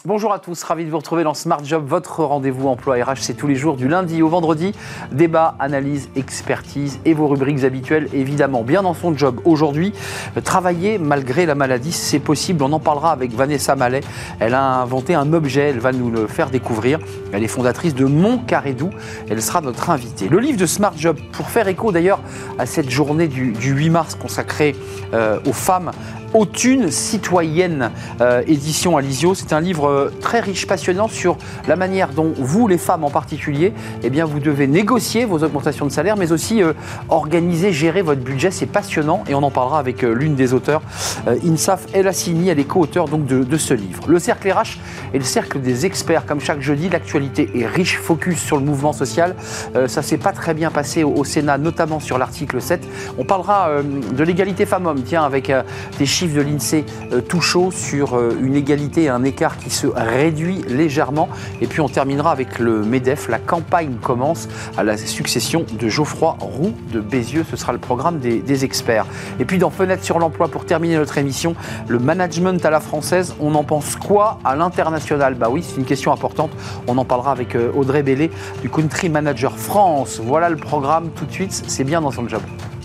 Bonjour à tous, ravi de vous retrouver dans Smart Job, votre rendez-vous emploi RH, c'est tous les jours du lundi au vendredi. Débat, analyse, expertise et vos rubriques habituelles, évidemment. Bien dans son job aujourd'hui, travailler malgré la maladie, c'est possible. On en parlera avec Vanessa Mallet. Elle a inventé un objet, elle va nous le faire découvrir. Elle est fondatrice de Mon Carré Doux. Elle sera notre invitée. Le livre de Smart Job, pour faire écho d'ailleurs à cette journée du 8 mars consacrée aux femmes, aux thunes citoyennes, édition Alizio. C'est un livre très riche, passionnant sur la manière dont vous, les femmes en particulier, eh bien, vous devez négocier vos augmentations de salaire, mais aussi organiser, gérer votre budget. C'est passionnant et on en parlera avec l'une des auteurs, Insaf El Hassini. Elle est co-auteure donc de ce livre. Le cercle RH et le cercle des experts. Comme chaque jeudi, l'actualité est riche, focus sur le mouvement social. Ça s'est pas très bien passé au Sénat, notamment sur l'article 7. On parlera de l'égalité femmes-hommes, tiens, avec des chiffres de l'INSEE tout chaud sur une égalité et un écart qui se réduit légèrement. Et puis on terminera avec le MEDEF. La campagne commence à la succession de Geoffroy Roux de Bézieux. Ce sera le programme des experts. Et puis dans Fenêtre sur l'emploi, pour terminer notre émission, le management à la française, on en pense quoi à l'international? Bah oui, c'est une question importante. On en parlera avec Audrey Bellé du Country Manager France. Voilà le programme tout de suite, c'est bien dans son job.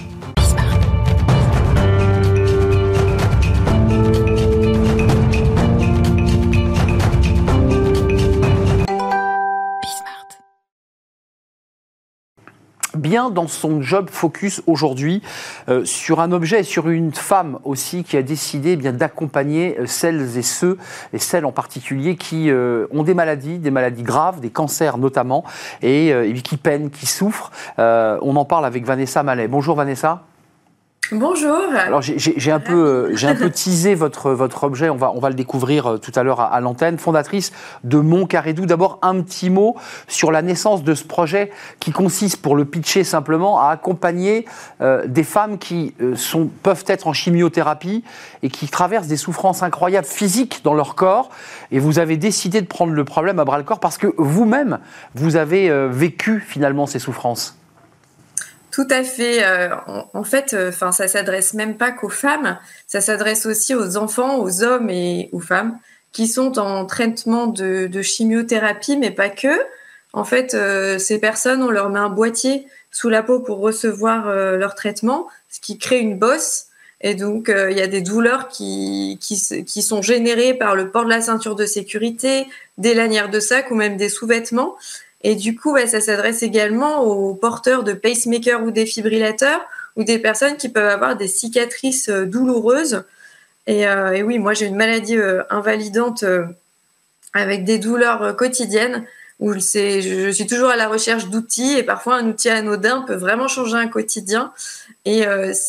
Bien dans son job, focus aujourd'hui sur un objet et sur une femme aussi qui a décidé d'accompagner celles et ceux, et celles en particulier qui ont des maladies graves, des cancers notamment, et qui peinent, qui souffrent. On en parle avec Vanessa Mallet. Bonjour Vanessa. Bonjour. Alors j'ai un peu teasé votre objet, on va le découvrir tout à l'heure à l'antenne. Fondatrice de Mon Carré Doux. D'abord un petit mot sur la naissance de ce projet qui consiste, pour le pitcher simplement, à accompagner des femmes qui peuvent être en chimiothérapie et qui traversent des souffrances incroyables physiques dans leur corps. Et vous avez décidé de prendre le problème à bras-le-corps parce que vous-même, vous avez vécu finalement ces souffrances. Tout à fait. En fait, ça s'adresse même pas qu'aux femmes, ça s'adresse aussi aux enfants, aux hommes et aux femmes qui sont en traitement de chimiothérapie, mais pas que. En fait, ces personnes, on leur met un boîtier sous la peau pour recevoir leur traitement, ce qui crée une bosse. Et donc, il y a des douleurs qui sont générées par le port de la ceinture de sécurité, des lanières de sac ou même des sous-vêtements. Et du coup, ça s'adresse également aux porteurs de pacemakers ou défibrillateurs ou des personnes qui peuvent avoir des cicatrices douloureuses. Et oui, moi, j'ai une maladie invalidante avec des douleurs quotidiennes où je suis toujours à la recherche d'outils et parfois un outil anodin peut vraiment changer un quotidien. Et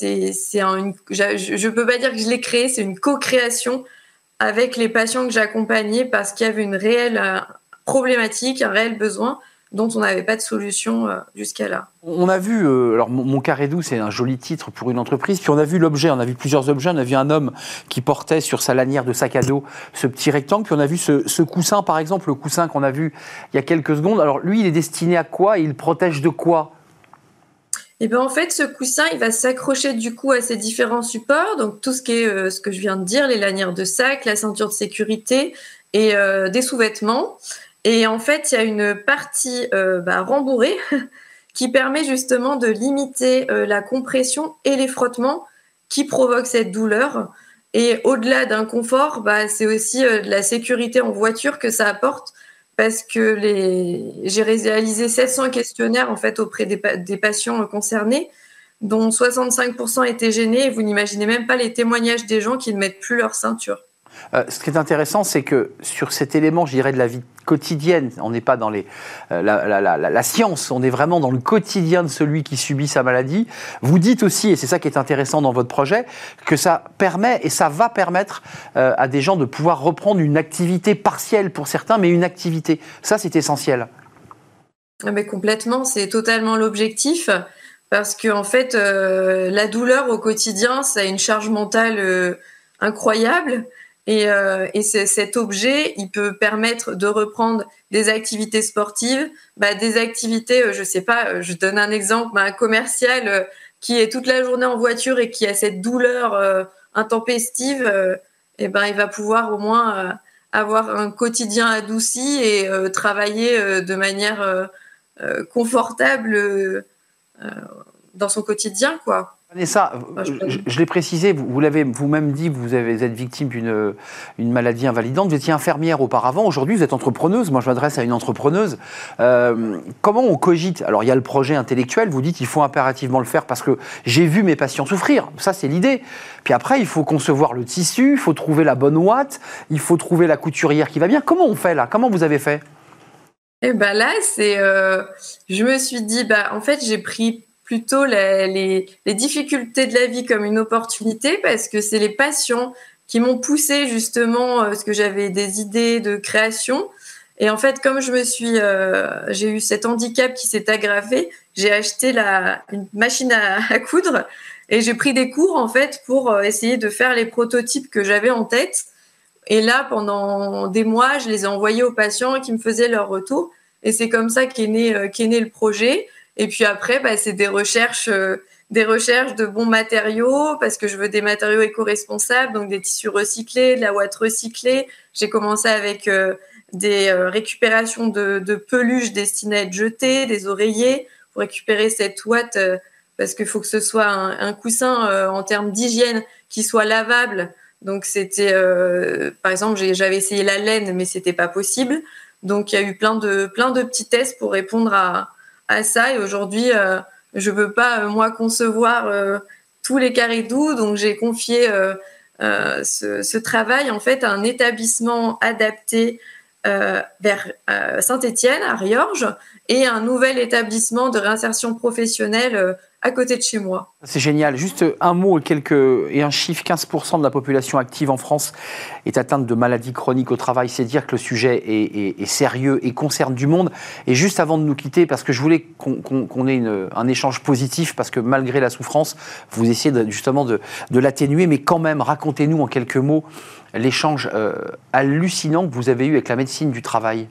je peux pas dire que je l'ai créé, c'est une co-création avec les patients que j'accompagnais parce qu'il y avait une réelle problématique, un réel besoin dont on n'avait pas de solution jusqu'à là. On a vu, alors Mon Carré Doux, c'est un joli titre pour une entreprise, puis on a vu l'objet, on a vu plusieurs objets, on a vu un homme qui portait sur sa lanière de sac à dos ce petit rectangle, puis on a vu ce coussin, par exemple, le coussin qu'on a vu il y a quelques secondes. Alors lui, il est destiné à quoi et il protège de quoi ? Et bien en fait, ce coussin, il va s'accrocher du coup à ces différents supports, donc tout ce qui est ce que je viens de dire, les lanières de sac, la ceinture de sécurité et des sous-vêtements. Et en fait, il y a une partie rembourrée qui permet justement de limiter la compression et les frottements qui provoquent cette douleur. Et au-delà d'un confort, c'est aussi de la sécurité en voiture que ça apporte parce que j'ai réalisé 700 questionnaires en fait auprès des patients concernés, dont 65% étaient gênés. Et vous n'imaginez même pas les témoignages des gens qui ne mettent plus leur ceinture. Ce qui est intéressant, c'est que sur cet élément, je dirais, de la vie quotidienne, on n'est pas dans la science, on est vraiment dans le quotidien de celui qui subit sa maladie. Vous dites aussi, et c'est ça qui est intéressant dans votre projet, que ça permet et ça va permettre à des gens de pouvoir reprendre une activité partielle pour certains, mais une activité. Ça, c'est essentiel. Mais complètement, c'est totalement l'objectif. Parce que en fait, la douleur au quotidien, ça a une charge mentale incroyable. Et cet objet, il peut permettre de reprendre des activités sportives, des activités, je sais pas, je donne un exemple, un commercial qui est toute la journée en voiture et qui a cette douleur intempestive, il va pouvoir au moins avoir un quotidien adouci et travailler de manière confortable dans son quotidien, quoi. Vanessa, je l'ai précisé, vous l'avez vous-même dit, vous êtes victime d'une maladie invalidante. Vous étiez infirmière auparavant. Aujourd'hui, vous êtes entrepreneuse. Moi, je m'adresse à une entrepreneuse. Comment on cogite? Alors, il y a le projet intellectuel. Vous dites qu'il faut impérativement le faire parce que j'ai vu mes patients souffrir. Ça, c'est l'idée. Puis après, il faut concevoir le tissu, il faut trouver la bonne ouate, il faut trouver la couturière qui va bien. Comment on fait là? Comment vous avez fait? Et ben là, je me suis dit, en fait, j'ai pris plutôt les difficultés de la vie comme une opportunité parce que c'est les passions qui m'ont poussé justement parce que j'avais des idées de création. Et en fait, comme j'ai eu cet handicap qui s'est aggravé, j'ai acheté une machine à coudre et j'ai pris des cours en fait pour essayer de faire les prototypes que j'avais en tête. Et là, pendant des mois, je les ai envoyés aux patients qui me faisaient leur retour. Et c'est comme ça qu'est né le projet. Et puis après, c'est des recherches de bons matériaux, parce que je veux des matériaux éco-responsables, donc des tissus recyclés, de la ouate recyclée. J'ai commencé avec des récupérations de peluches destinées à être jetées, des oreillers, pour récupérer cette ouate, parce qu'il faut que ce soit un coussin en termes d'hygiène qui soit lavable. Donc c'était, par exemple, j'avais essayé la laine, mais c'était pas possible. Donc il y a eu plein de petits tests pour répondre à ça. Et aujourd'hui, je veux pas moi concevoir tous les carrés doux. Donc j'ai confié ce travail en fait à un établissement adapté vers Saint-Étienne, à Riorges, et un nouvel établissement de réinsertion professionnelle à côté de chez moi. C'est génial. Juste un mot et un chiffre, 15% de la population active en France est atteinte de maladies chroniques au travail. C'est dire que le sujet est sérieux et concerne du monde. Et juste avant de nous quitter, parce que je voulais qu'on ait un échange positif, parce que malgré la souffrance, vous essayez justement de l'atténuer, mais quand même, racontez-nous en quelques mots l'échange hallucinant que vous avez eu avec la médecine du travail.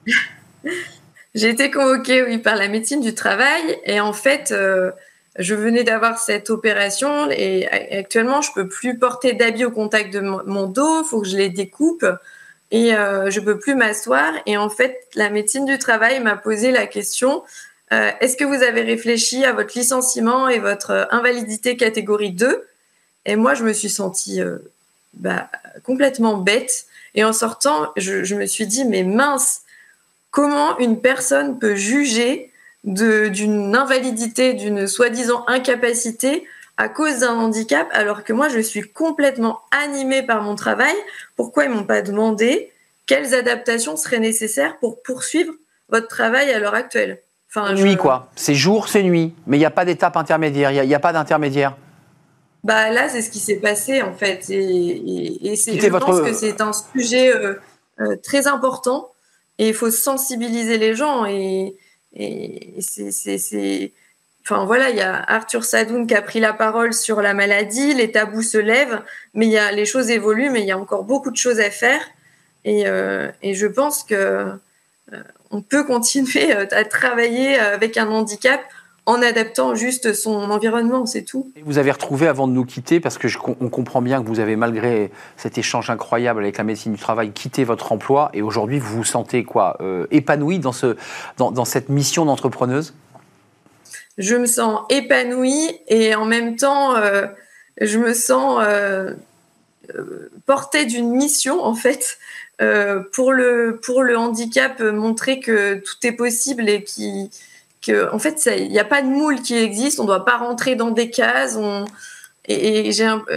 J'ai été convoquée, oui, par la médecine du travail. Et en fait, je venais d'avoir cette opération et actuellement, je peux plus porter d'habits au contact de mon dos. Il faut que je les découpe et je peux plus m'asseoir. Et en fait, la médecine du travail m'a posé la question, est-ce que vous avez réfléchi à votre licenciement et votre invalidité catégorie 2 ? Et moi, je me suis sentie complètement bête. Et en sortant, je me suis dit, mais mince, comment une personne peut juger d'une invalidité, d'une soi-disant incapacité à cause d'un handicap, alors que moi, je suis complètement animée par mon travail. Pourquoi ils m'ont pas demandé quelles adaptations seraient nécessaires pour poursuivre votre travail à l'heure actuelle? Nuit, quoi. C'est jour, c'est nuit. Mais il n'y a pas d'étape intermédiaire, il n'y a pas d'intermédiaire. Là, c'est ce qui s'est passé, en fait. Je pense que c'est un sujet très important et il faut sensibiliser les gens. Enfin, voilà, il y a Arthur Sadoun qui a pris la parole sur la maladie, les tabous se lèvent, mais les choses évoluent, mais il y a encore beaucoup de choses à faire. Et je pense que on peut continuer à travailler avec un handicap en adaptant juste son environnement, c'est tout. Et vous avez retrouvé, avant de nous quitter, parce qu'on comprend bien que vous avez, malgré cet échange incroyable avec la médecine du travail, quitté votre emploi, et aujourd'hui vous vous sentez quoi, épanouie dans cette mission d'entrepreneuse? Je me sens épanouie et en même temps, je me sens portée d'une mission, en fait, pour le handicap, montrer que tout est possible et en fait, il n'y a pas de moule qui existe, on ne doit pas rentrer dans des cases. J'ai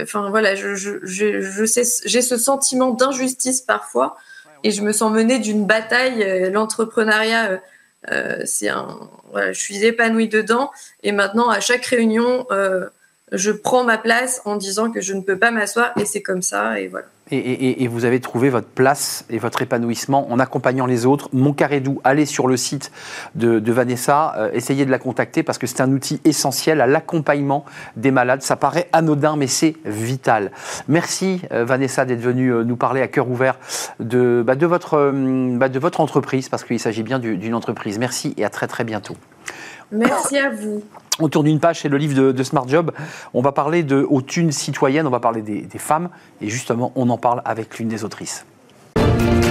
ce sentiment d'injustice parfois, et je me sens menée d'une bataille. L'entrepreneuriat, je suis épanouie dedans, et maintenant à chaque réunion, je prends ma place en disant que je ne peux pas m'asseoir, et c'est comme ça, et voilà. Et vous avez trouvé votre place et votre épanouissement en accompagnant les autres. Mon Carré Doux, allez sur le site de Vanessa, essayez de la contacter parce que c'est un outil essentiel à l'accompagnement des malades. Ça paraît anodin, mais c'est vital. Merci Vanessa d'être venue nous parler à cœur ouvert de votre entreprise, parce qu'il s'agit bien d'une entreprise. Merci et à très très bientôt. Merci à vous. On tourne une page, c'est le livre de Smart Job. On va parler aux thunes citoyennes, on va parler des femmes. Et justement, on en parle avec l'une des autrices.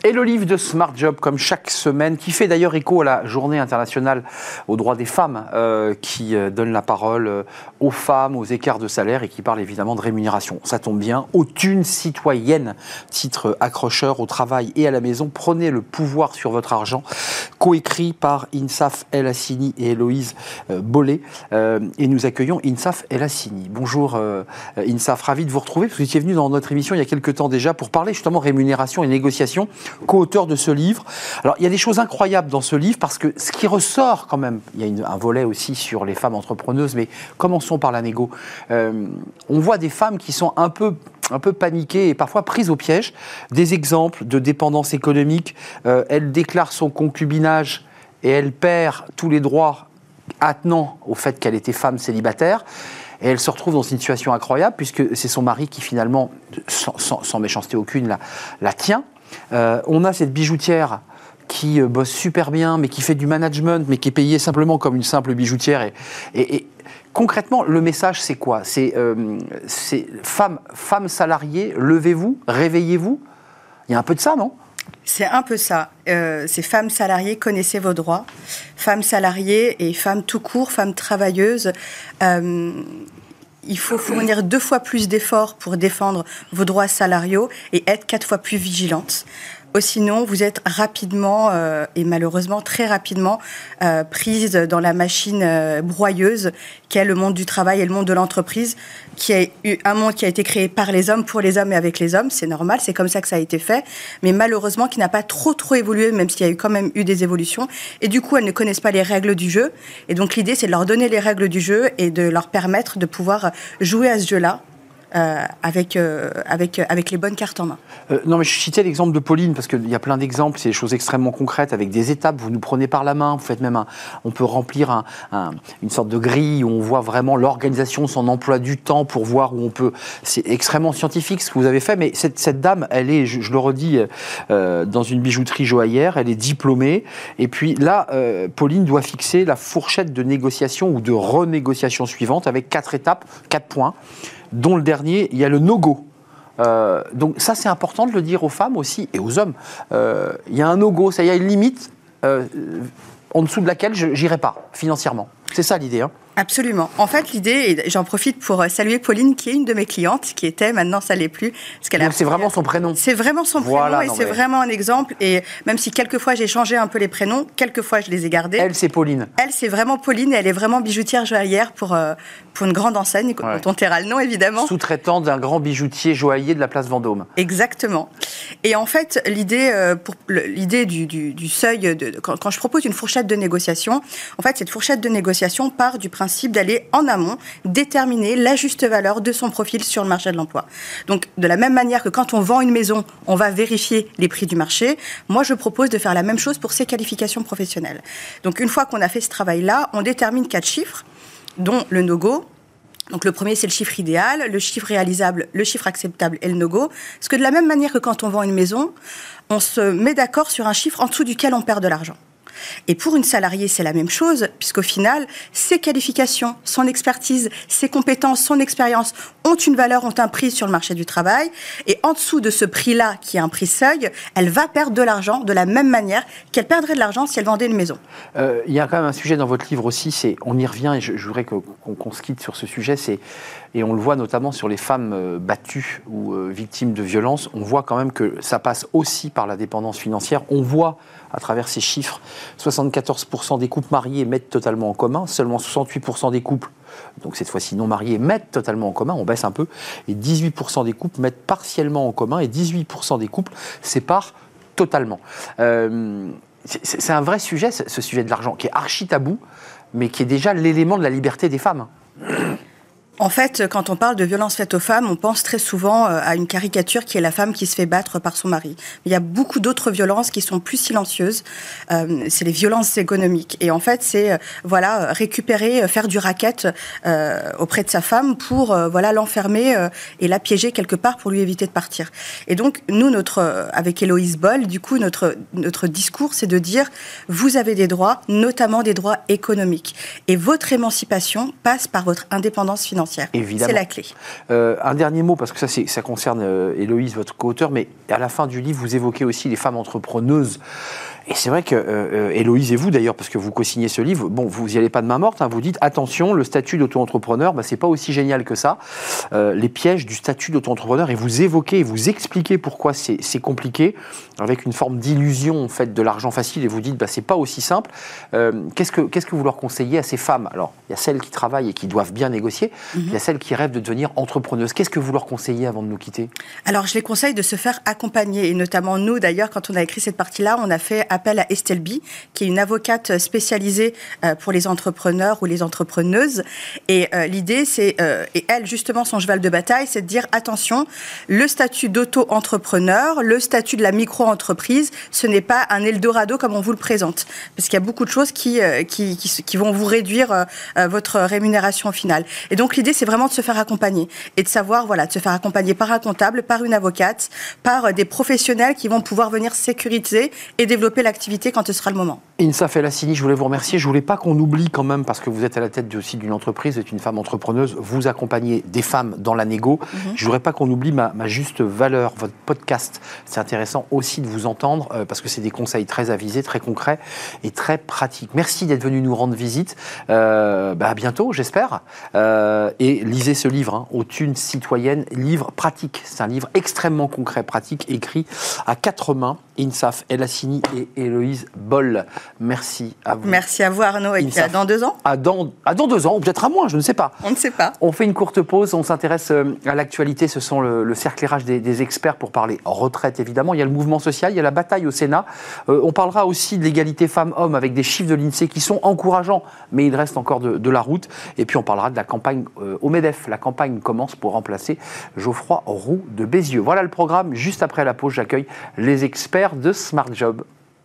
Et le livre de Smart Job, comme chaque semaine, qui fait d'ailleurs écho à la Journée internationale aux droits des femmes, qui donne la parole aux femmes, aux écarts de salaire et qui parle évidemment de rémunération. Ça tombe bien. Aux thunes citoyennes, titre accrocheur, au travail et à la maison, prenez le pouvoir sur votre argent. Coécrit par Insaf El Hassini et Héloïse Bollet. Et nous accueillons Insaf El Hassini. Bonjour Insaf, ravi de vous retrouver, parce que vous étiez venu dans notre émission il y a quelques temps déjà pour parler justement rémunération et négociation, co-auteur de ce livre. Alors, il y a des choses incroyables dans ce livre, parce que ce qui ressort quand même, il y a un volet aussi sur les femmes entrepreneuses, mais commençons par la négo. On voit des femmes qui sont un peu paniquées et parfois prises au piège. Des exemples de dépendance économique. Elle déclare son concubinage et elle perd tous les droits attenant au fait qu'elle était femme célibataire. Et elle se retrouve dans une situation incroyable, puisque c'est son mari qui finalement, sans méchanceté aucune, la tient. On a cette bijoutière qui bosse super bien, mais qui fait du management, mais qui est payée simplement comme une simple bijoutière. Et concrètement, le message, c'est quoi ? C'est femmes salariées, levez-vous, réveillez-vous. Il y a un peu de ça, non ? C'est un peu ça. C'est femmes salariées, connaissez vos droits. Femmes salariées et femmes tout court, femmes travailleuses. Il faut fournir 2 fois plus d'efforts pour défendre vos droits salariaux et être 4 fois plus vigilante. Sinon, vous êtes rapidement, et malheureusement très rapidement, prise dans la machine broyeuse qu'est le monde du travail et le monde de l'entreprise, qui est un monde qui a été créé par les hommes, pour les hommes et avec les hommes. C'est normal, c'est comme ça que ça a été fait, mais malheureusement qui n'a pas trop évolué, même s'il y a quand même eu des évolutions. Et du coup, elles ne connaissent pas les règles du jeu. Et donc l'idée, c'est de leur donner les règles du jeu et de leur permettre de pouvoir jouer à ce jeu-là. Avec les bonnes cartes en main. Non, mais je citais l'exemple de Pauline, parce qu'il y a plein d'exemples, c'est des choses extrêmement concrètes, avec des étapes, vous nous prenez par la main, vous faites même on peut remplir une sorte de grille où on voit vraiment l'organisation, son emploi du temps, pour voir où on peut... C'est extrêmement scientifique ce que vous avez fait, mais cette dame, elle est, je le redis, dans une bijouterie joaillière, elle est diplômée, et puis là, Pauline doit fixer la fourchette de négociation ou de renégociation suivante, avec 4 étapes, 4 points, dont le dernier, il y a le no-go. Donc ça, c'est important de le dire aux femmes aussi, et aux hommes. Il y a un no-go, ça y a une limite en dessous de laquelle je n'irai pas, financièrement. C'est ça l'idée, hein. Absolument. En fait, l'idée, et j'en profite pour saluer Pauline, qui est une de mes clientes, qui était, maintenant ça l'est plus. Donc c'est vraiment son prénom. C'est vraiment son prénom, et c'est vraiment un exemple. Et même si quelquefois j'ai changé un peu les prénoms, quelquefois je les ai gardés. Elle, c'est Pauline. Elle, c'est vraiment Pauline, et elle est vraiment bijoutière joaillière pour une grande enseigne, dont on taira le nom évidemment. Sous-traitant d'un grand bijoutier joaillier de la place Vendôme. Exactement. Et en fait, l'idée du seuil, quand je propose une fourchette de négociation, en fait, cette fourchette de négociation part du principe d'aller en amont déterminer la juste valeur de son profil sur le marché de l'emploi. Donc, de la même manière que quand on vend une maison, on va vérifier les prix du marché, moi, je propose de faire la même chose pour ses qualifications professionnelles. Donc, une fois qu'on a fait ce travail-là, on détermine 4 chiffres, dont le no-go. Donc, le premier, c'est le chiffre idéal, le chiffre réalisable, le chiffre acceptable et le no-go. Parce que de la même manière que quand on vend une maison, on se met d'accord sur un chiffre en dessous duquel on perd de l'argent. Et pour une salariée, c'est la même chose, puisqu'au final, ses qualifications, son expertise, ses compétences, son expérience ont une valeur, ont un prix sur le marché du travail. Et en dessous de ce prix-là, qui est un prix seuil, elle va perdre de l'argent de la même manière qu'elle perdrait de l'argent si elle vendait une maison. Il y a quand même un sujet dans votre livre aussi, on y revient, et je voudrais qu'on se quitte sur ce sujet, et on le voit notamment sur les femmes battues ou victimes de violences, on voit quand même que ça passe aussi par la dépendance financière. On voit à travers ces chiffres, 74% des couples mariés mettent totalement en commun, seulement 68% des couples, donc cette fois-ci non mariés, mettent totalement en commun, on baisse un peu, et 18% des couples mettent partiellement en commun, et 18% des couples séparent totalement. C'est un vrai sujet, ce sujet de l'argent, qui est archi tabou, mais qui est déjà l'élément de la liberté des femmes. En fait, quand on parle de violence faite aux femmes, on pense très souvent à une caricature qui est la femme qui se fait battre par son mari. Mais il y a beaucoup d'autres violences qui sont plus silencieuses. C'est les violences économiques. Et en fait, c'est récupérer, faire du racket auprès de sa femme pour l'enfermer et la piéger quelque part pour lui éviter de partir. Et donc, nous, avec Héloïse Bollet, du coup, notre discours, c'est de dire vous avez des droits, notamment des droits économiques. Et votre émancipation passe par votre indépendance financière. financière. Évidemment. C'est la clé. Un dernier mot, parce que ça concerne Héloïse, votre co-auteur, mais à la fin du livre, vous évoquez aussi les femmes entrepreneuses. Et c'est vrai que Héloïse et vous d'ailleurs, parce que vous co-signez ce livre, bon, vous n'y allez pas de main morte, hein, vous dites attention, le statut d'auto-entrepreneur, c'est pas aussi génial que ça. Les pièges du statut d'auto-entrepreneur, et vous évoquez, et vous expliquez pourquoi c'est compliqué, avec une forme d'illusion en fait de l'argent facile, et vous dites c'est pas aussi simple. Qu'est-ce que vous leur conseillez à ces femmes? Alors, il y a celles qui travaillent et qui doivent bien négocier, il y a celles qui rêvent de devenir entrepreneuses. Qu'est-ce que vous leur conseillez avant de nous quitter? Alors, je les conseille de se faire accompagner, et notamment nous d'ailleurs, quand on a écrit cette partie-là, on a fait appel à Estelle Bi, qui est une avocate spécialisée pour les entrepreneurs ou les entrepreneuses. Et l'idée, c'est, et elle, justement, son cheval de bataille, c'est de dire, attention, le statut d'auto-entrepreneur, le statut de la micro-entreprise, ce n'est pas un Eldorado comme on vous le présente. Parce qu'il y a beaucoup de choses qui vont vous réduire votre rémunération au final. Et donc, l'idée, c'est vraiment de se faire accompagner. Et de savoir, de se faire accompagner par un comptable, par une avocate, par des professionnels qui vont pouvoir venir sécuriser et développer l'activité quand ce sera le moment. Insaf El Hassini, je voulais vous remercier. Je voulais pas qu'on oublie quand même, parce que vous êtes à la tête aussi d'une entreprise, vous êtes une femme entrepreneuse, vous accompagnez des femmes dans la négo. Je voudrais pas qu'on oublie ma juste valeur, votre podcast. C'est intéressant aussi de vous entendre, parce que c'est des conseils très avisés, très concrets et très pratiques. Merci d'être venu nous rendre visite. À bientôt, j'espère. Et lisez ce livre, Aux thunes citoyennes, livre pratique. C'est un livre extrêmement concret, pratique, écrit à 4 mains. Insaf El Hassini et Héloïse Boll. Merci à vous. Merci à vous Arnaud. Et à dans 2 ans dans 2 ans, ou peut-être à moins, je ne sais pas. On ne sait pas. On fait une courte pause, on s'intéresse à l'actualité. Ce sont le cercle RH des experts pour parler retraite, évidemment. Il y a le mouvement social, il y a la bataille au Sénat. On parlera aussi de l'égalité femmes-hommes avec des chiffres de l'INSEE qui sont encourageants, mais il reste encore de la route. Et puis on parlera de la campagne au MEDEF. La campagne commence pour remplacer Geoffroy Roux de Bézieux. Voilà le programme. Juste après la pause, j'accueille les experts de Smart Job.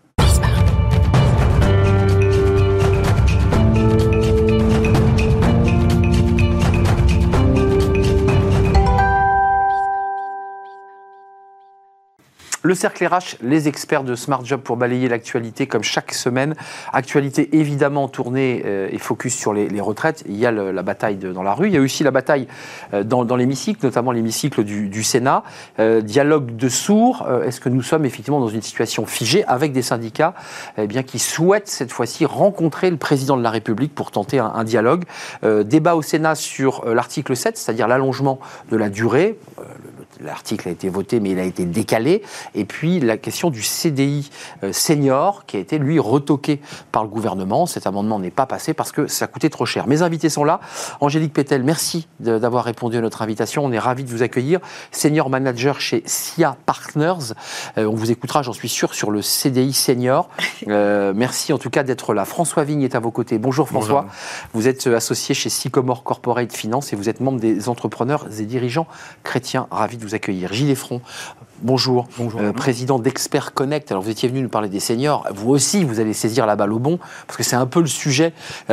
Le cercle RH, les experts de Smart Job pour balayer l'actualité comme chaque semaine. Actualité évidemment tournée et focus sur les retraites. Il y a la bataille dans la rue. Il y a aussi la bataille dans l'hémicycle, notamment l'hémicycle du Sénat. Dialogue de sourds. Est-ce que nous sommes effectivement dans une situation figée avec des syndicats qui souhaitent cette fois-ci rencontrer le président de la République pour tenter un dialogue. Débat au Sénat sur l'article 7, c'est-à-dire l'allongement de la durée. L'article a été voté, mais il a été décalé. Et puis, la question du CDI senior, qui a été, lui, retoqué par le gouvernement. Cet amendement n'est pas passé parce que ça coûtait trop cher. Mes invités sont là. Angélique Pétel, merci d'avoir répondu à notre invitation. On est ravis de vous accueillir. Senior manager chez SIA Partners. On vous écoutera, j'en suis sûr, sur le CDI senior. Merci en tout cas d'être là. François Vigne est à vos côtés. Bonjour François. Bonjour. Vous êtes associé chez Sycomore Corporate Finance et vous êtes membre des entrepreneurs et dirigeants chrétiens. Ravis de vous accueillir. Gilles Effron, bonjour. Bonjour. Président d'Expert Connect. Alors vous étiez venu nous parler des seniors. Vous aussi, vous allez saisir la balle au bon, parce que c'est un peu le sujet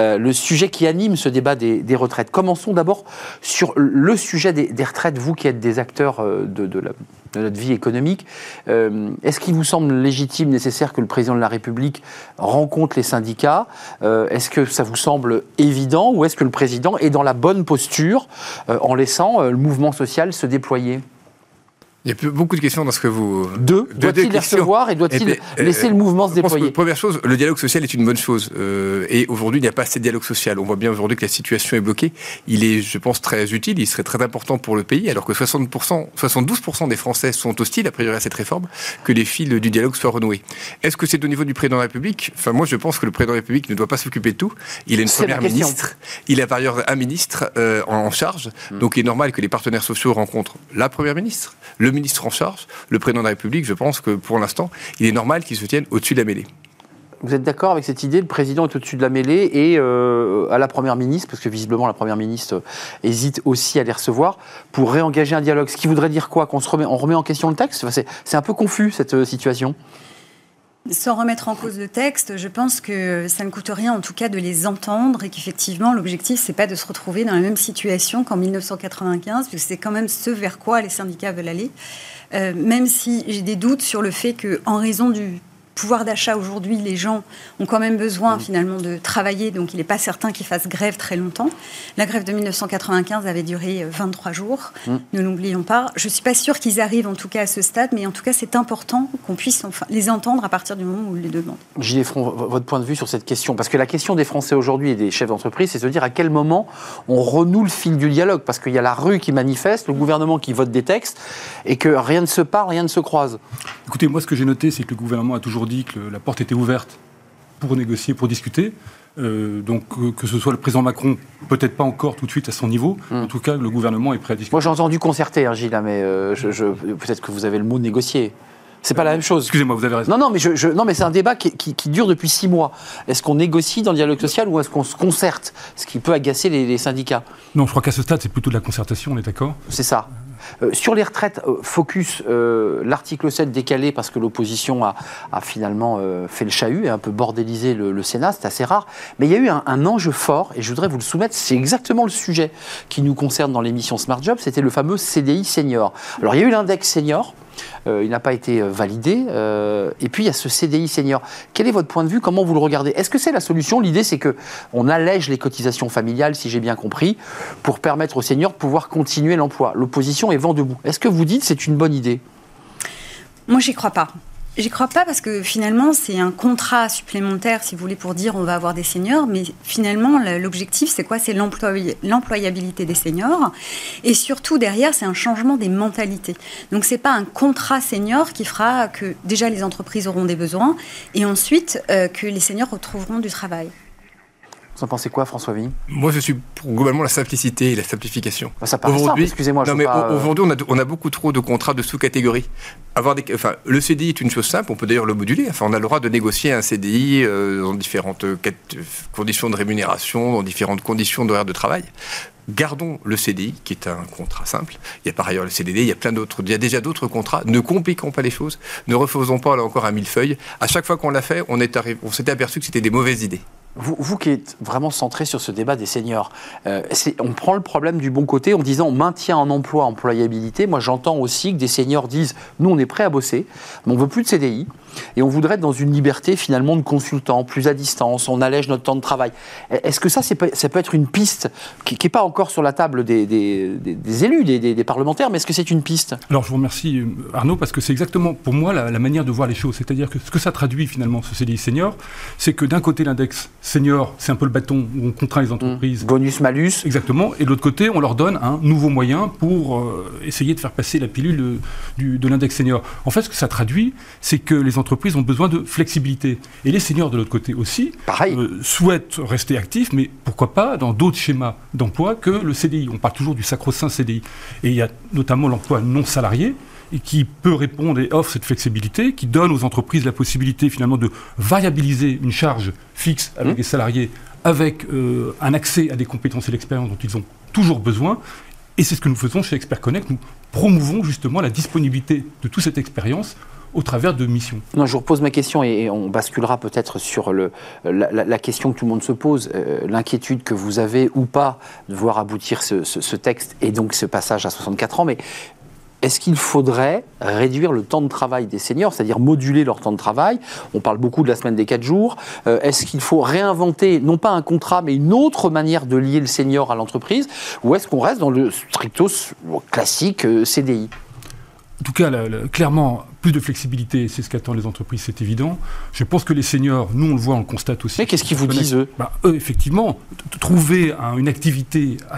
qui anime ce débat des retraites. Commençons d'abord sur le sujet des retraites. Vous qui êtes des acteurs de notre vie économique, est-ce qu'il vous semble légitime, nécessaire que le président de la République rencontre les syndicats? Est-ce que ça vous semble évident, ou est-ce que le président est dans la bonne posture en laissant le mouvement social se déployer? Il y a beaucoup de questions dans ce que vous... Doit-il les recevoir et doit-il laisser le mouvement se déployer? Première chose, le dialogue social est une bonne chose. Et aujourd'hui, il n'y a pas assez de dialogue social. On voit bien aujourd'hui que la situation est bloquée. Il est, je pense, très utile. Il serait très important pour le pays, alors que 72% des Français sont hostiles, a priori, à cette réforme, que les fils du dialogue soient renoués. Est-ce que c'est au niveau du président de la République? Enfin, moi, je pense que le président de la République ne doit pas s'occuper de tout. Il a une première ministre. Il a par ailleurs un ministre en charge. Donc, il est normal que les partenaires sociaux rencontrent la première ministre, le ministre en charge, le président de la République. Je pense que pour l'instant, il est normal qu'il se tienne au-dessus de la mêlée. Vous êtes d'accord avec cette idée? Le président est au-dessus de la mêlée et à la première ministre, parce que visiblement la première ministre hésite aussi à les recevoir, pour réengager un dialogue. Ce qui voudrait dire quoi? On remet en question le texte? C'est un peu confus cette situation. Sans remettre en cause le texte, je pense que ça ne coûte rien, en tout cas, de les entendre et qu'effectivement, l'objectif, c'est pas de se retrouver dans la même situation qu'en 1995, puisque c'est quand même ce vers quoi les syndicats veulent aller. Même si j'ai des doutes sur le fait qu'en raison du pouvoir d'achat aujourd'hui, les gens ont quand même besoin finalement de travailler, donc il n'est pas certain qu'ils fassent grève très longtemps. La grève de 1995 avait duré 23 jours, ne l'oublions pas. Je ne suis pas sûre qu'ils arrivent en tout cas à ce stade, mais en tout cas c'est important qu'on puisse les entendre à partir du moment où ils les demandent. Gilles Effron, votre point de vue sur cette question, parce que la question des Français aujourd'hui et des chefs d'entreprise, c'est de se dire à quel moment on renoue le fil du dialogue, parce qu'il y a la rue qui manifeste, le gouvernement qui vote des textes, et que rien ne se parle, rien ne se croise. Écoutez, moi ce que j'ai noté, c'est que le gouvernement a toujours dit que la porte était ouverte pour négocier, pour discuter. Donc que ce soit le président Macron, peut-être pas encore tout de suite à son niveau, en tout cas le gouvernement est prêt à discuter. Moi j'ai entendu concerter, Gilles, mais peut-être que vous avez le mot négocier. C'est pas la même chose. Excusez-moi, vous avez raison. Non, mais c'est un débat qui dure depuis 6 mois. Est-ce qu'on négocie dans le dialogue social ou est-ce qu'on se concerte? Ce qui peut agacer les syndicats. Non, je crois qu'à ce stade, c'est plutôt de la concertation, on est d'accord? C'est ça. Sur les retraites, focus, l'article 7 décalé parce que l'opposition a finalement fait le chahut et un peu bordélisé le Sénat, c'est assez rare. Mais il y a eu un enjeu fort, et je voudrais vous le soumettre, c'est exactement le sujet qui nous concerne dans l'émission Smart Job, c'était le fameux CDI senior. Alors il y a eu l'index senior, il n'a pas été validé, et puis il y a ce CDI senior. Quel est votre point de vue? Comment vous le regardez? Est-ce que c'est la solution? L'idée c'est qu'on allège les cotisations familiales, si j'ai bien compris, pour permettre aux seniors de pouvoir continuer l'emploi. L'opposition est vent debout. Est-ce que vous dites que c'est une bonne idée? Moi, j'y crois pas. J'y crois pas parce que finalement, c'est un contrat supplémentaire, si vous voulez, pour dire on va avoir des seniors. Mais finalement, l'objectif, c'est quoi? C'est l'employabilité des seniors. Et surtout, derrière, c'est un changement des mentalités. Donc, c'est pas un contrat senior qui fera que déjà les entreprises auront des besoins et ensuite que les seniors retrouveront du travail. Vous en pensez quoi, François Vigny? Moi, je suis pour globalement la simplicité et la simplification. Ça paraît simple, excusez-moi. Non, mais aujourd'hui, on a beaucoup trop de contrats de sous-catégories. Le CDI est une chose simple, on peut d'ailleurs le moduler. Enfin, on a le droit de négocier un CDI dans différentes conditions de rémunération, dans différentes conditions d'horaire de travail. Gardons le CDI, qui est un contrat simple. Il y a par ailleurs le CDD, il y a déjà d'autres contrats. Ne compliquons pas les choses. Ne refaisons pas là encore un millefeuille. À chaque fois qu'on l'a fait, on s'était aperçu que c'était des mauvaises idées. Vous qui êtes vraiment centré sur ce débat des seniors, on prend le problème du bon côté en disant on maintient en emploi, employabilité. Moi, j'entends aussi que des seniors disent nous, on est prêts à bosser, mais on veut plus de CDI et on voudrait être dans une liberté finalement de consultant, plus à distance, on allège notre temps de travail. Est-ce que ça peut être une piste qui n'est pas encore sur la table des élus, des parlementaires, mais est-ce que c'est une piste? Alors, je vous remercie, Arnaud, parce que c'est exactement pour moi la manière de voir les choses. C'est-à-dire que ce que ça traduit finalement, ce CDI senior, c'est que d'un côté, l'index senior, c'est un peu le bâton où on contraint les entreprises. Bonus-malus. Exactement. Et de l'autre côté, on leur donne un nouveau moyen pour essayer de faire passer la pilule de l'index senior. En fait, ce que ça traduit, c'est que les entreprises ont besoin de flexibilité. Et les seniors, de l'autre côté aussi, souhaitent rester actifs, mais pourquoi pas dans d'autres schémas d'emploi que le CDI. On parle toujours du sacro-saint CDI. Et il y a notamment l'emploi non salarié, et qui peut répondre et offre cette flexibilité, qui donne aux entreprises la possibilité finalement de variabiliser une charge fixe avec les salariés, avec un accès à des compétences et l'expérience dont ils ont toujours besoin. Et c'est ce que nous faisons chez Expert Connect. Nous promouvons justement la disponibilité de toute cette expérience au travers de missions. Non, je vous repose ma question et on basculera peut-être sur la question que tout le monde se pose, l'inquiétude que vous avez ou pas de voir aboutir ce texte et donc ce passage à 64 ans. Mais est-ce qu'il faudrait réduire le temps de travail des seniors, c'est-à-dire moduler leur temps de travail? On parle beaucoup de la semaine des 4 jours. Est-ce qu'il faut réinventer, non pas un contrat, mais une autre manière de lier le senior à l'entreprise? Ou est-ce qu'on reste dans le stricto classique CDI? En tout cas, clairement, plus de flexibilité, c'est ce qu'attendent les entreprises, c'est évident. Je pense que les seniors, nous on le voit, on le constate aussi. Mais qu'est-ce qu'ils vous disent, eux? Eux, effectivement, trouver une activité à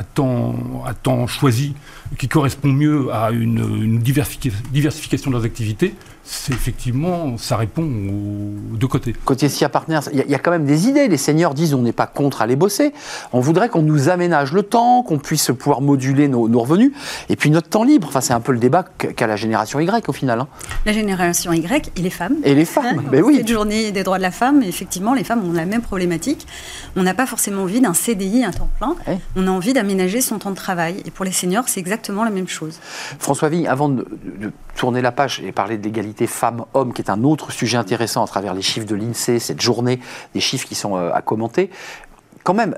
temps choisi qui correspond mieux à une diversification de leurs activités, c'est effectivement, ça répond aux deux côtés. Côté SIA Partners, il y a quand même des idées. Les seniors disent on n'est pas contre aller bosser. On voudrait qu'on nous aménage le temps, qu'on puisse pouvoir moduler nos revenus. Et puis notre temps libre. Enfin, c'est un peu le débat qu'a la génération Y au final. Hein. La génération Y et les femmes. Et les femmes, ben oui. Cette journée des droits de la femme, effectivement, les femmes ont la même problématique. On n'a pas forcément envie d'un CDI, un temps plein. Ouais. On a envie d'aménager son temps de travail. Et pour les seniors, c'est exactement la même chose. François Vigny, avant de tourner la page et parler de l'égalité femmes-hommes, qui est un autre sujet intéressant à travers les chiffres de l'INSEE, cette journée, des chiffres qui sont à commenter. Quand même,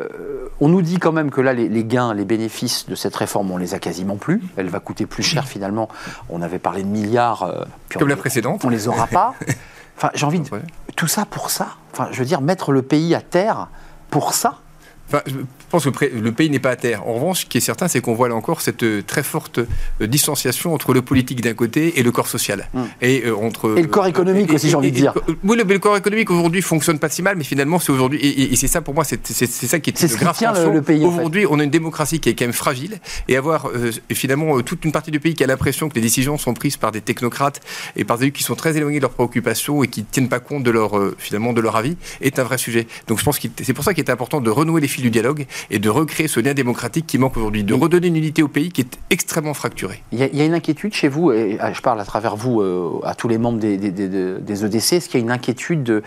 on nous dit quand même que là, les gains, les bénéfices de cette réforme, on les a quasiment plus. Elle va coûter plus cher finalement. On avait parlé de milliards. Comme la précédente. On les aura pas. Enfin, j'ai envie de... Tout ça pour ça. Enfin, je veux dire, mettre le pays à terre pour ça. Enfin, je pense que le pays n'est pas à terre. En revanche, ce qui est certain, c'est qu'on voit là encore cette très forte distanciation entre le politique d'un côté et le corps social. Et le corps économique aussi, j'ai envie de dire. Oui, le corps économique aujourd'hui fonctionne pas si mal, mais finalement, c'est aujourd'hui... Et c'est ça, pour moi, c'est ça qui est une grave tension. Le pays. Aujourd'hui, on a une démocratie qui est quand même fragile. Et avoir finalement toute une partie du pays qui a l'impression que les décisions sont prises par des technocrates et par des gens qui sont très éloignés de leurs préoccupations et qui ne tiennent pas compte de leur avis, est un vrai sujet. Donc je pense que c'est pour ça qu'il est important de renouer les fils du dialogue et de recréer ce lien démocratique qui manque aujourd'hui, de redonner une unité au pays qui est extrêmement fracturé. Il y a une inquiétude chez vous, et je parle à travers vous, à tous les membres des EDC, est-ce qu'il y a une inquiétude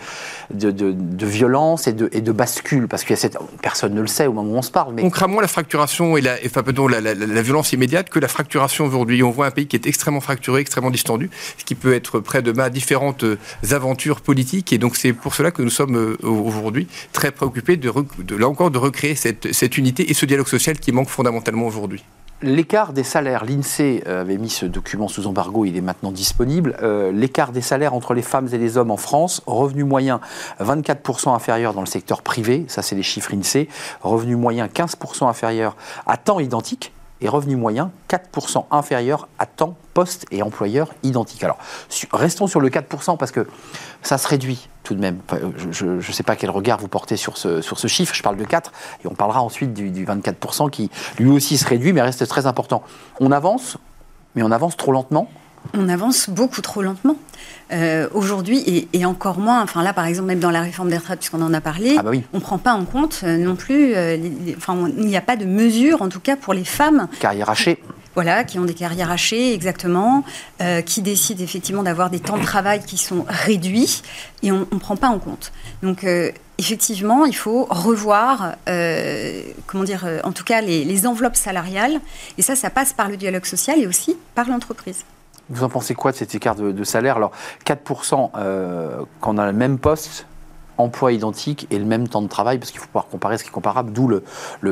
de violence et de bascule? Parce que personne ne le sait au moment où on se parle. Mais... On craint moins la fracturation et la violence immédiate que la fracturation aujourd'hui. On voit un pays qui est extrêmement fracturé, extrêmement distendu, ce qui peut être près de différentes aventures politiques. Et donc c'est pour cela que nous sommes aujourd'hui très préoccupés de recréer cette unité et ce dialogue social qui manque fondamentalement aujourd'hui. L'écart des salaires, l'INSEE avait mis ce document sous embargo, il est maintenant disponible. L'écart des salaires entre les femmes et les hommes en France, revenu moyen 24% inférieur dans le secteur privé, ça c'est les chiffres INSEE, revenu moyen 15% inférieur à temps identique, et revenu moyen 4% inférieur à temps poste et employeur identique. Alors, restons sur le 4% parce que ça se réduit tout de même. Enfin, je ne sais pas quel regard vous portez sur ce chiffre, je parle de 4, et on parlera ensuite du 24% qui lui aussi se réduit mais reste très important. On avance, mais on avance trop lentement. On avance beaucoup trop lentement. Aujourd'hui, et encore moins, enfin là par exemple, même dans la réforme des retraites, puisqu'on en a parlé, on ne prend pas en compte non plus, il n'y a pas de mesure, en tout cas pour les femmes. Carrière hachée. Voilà, qui ont des carrières hachées, exactement, qui décident effectivement d'avoir des temps de travail qui sont réduits, et on ne prend pas en compte. Donc, effectivement, il faut revoir, en tout cas, les enveloppes salariales, et ça passe par le dialogue social et aussi par l'entreprise. Vous en pensez quoi de cet écart de salaire? Alors, 4% quand on a le même poste, emploi identique et le même temps de travail, parce qu'il faut pouvoir comparer ce qui est comparable, d'où le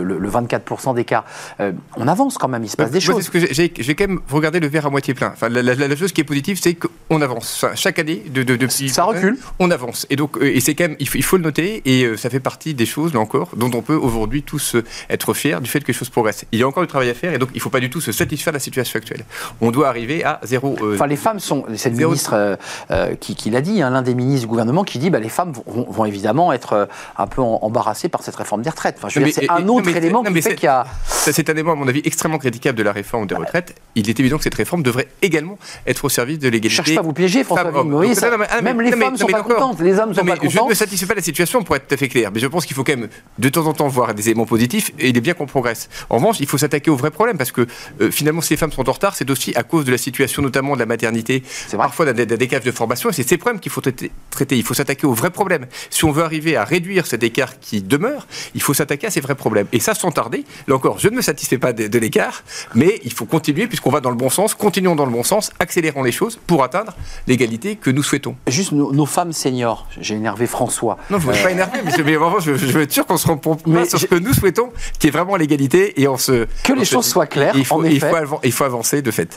24% d'écart. On avance quand même, il se passe des choses. J'ai quand même regardé le verre à moitié plein. Enfin, la chose qui est positive, c'est qu'on avance. Enfin, chaque année, depuis ça recule. On avance. Et donc, et c'est quand même, il faut le noter, et ça fait partie des choses, là encore, dont on peut aujourd'hui tous être fiers du fait que les choses progressent. Il y a encore du travail à faire, et donc il ne faut pas du tout se satisfaire de la situation actuelle. On doit arriver à zéro. Enfin, les femmes sont. C'est le ministre qui l'a dit, l'un des ministres du gouvernement qui dit les femmes vont évidemment être un peu embarrassées par cette réforme des retraites. Enfin, c'est un autre élément qui fait qu'il y a... C'est un élément, à mon avis, extrêmement critiquable de la réforme des retraites. Il est évident que cette réforme devrait également être au service de l'égalité. Je ne cherche pas à vous piéger, François Maurice. Même les femmes ne sont pas contentes, les hommes ne sont pas contents. Je ne me satisfais pas de la situation, pour être tout à fait clair. Mais je pense qu'il faut quand même, de temps en temps, voir des éléments positifs, et il est bien qu'on progresse. En revanche, il faut s'attaquer aux vrais problèmes, parce que finalement, si les femmes sont en retard, c'est aussi à cause de la situation, notamment de la maternité, parfois d'un décalage de formation, et c'est ces problèmes qu'il faut traiter. Il faut s'attaquer aux vrais problèmes. Si on veut arriver à réduire cet écart qui demeure, il faut s'attaquer à ces vrais problèmes. Et ça, sans tarder. Là encore, je ne me satisfais pas de l'écart, mais il faut continuer, puisqu'on va dans le bon sens, continuons dans le bon sens, accélérons les choses pour atteindre l'égalité que nous souhaitons. Juste nos femmes seniors, j'ai énervé François. Non, vous ne pouvez pas énerver, mais vraiment, je veux être sûr qu'on se rend compte sur ce que nous souhaitons, qui est vraiment l'égalité, et que les choses soient claires, il faut avancer de fait.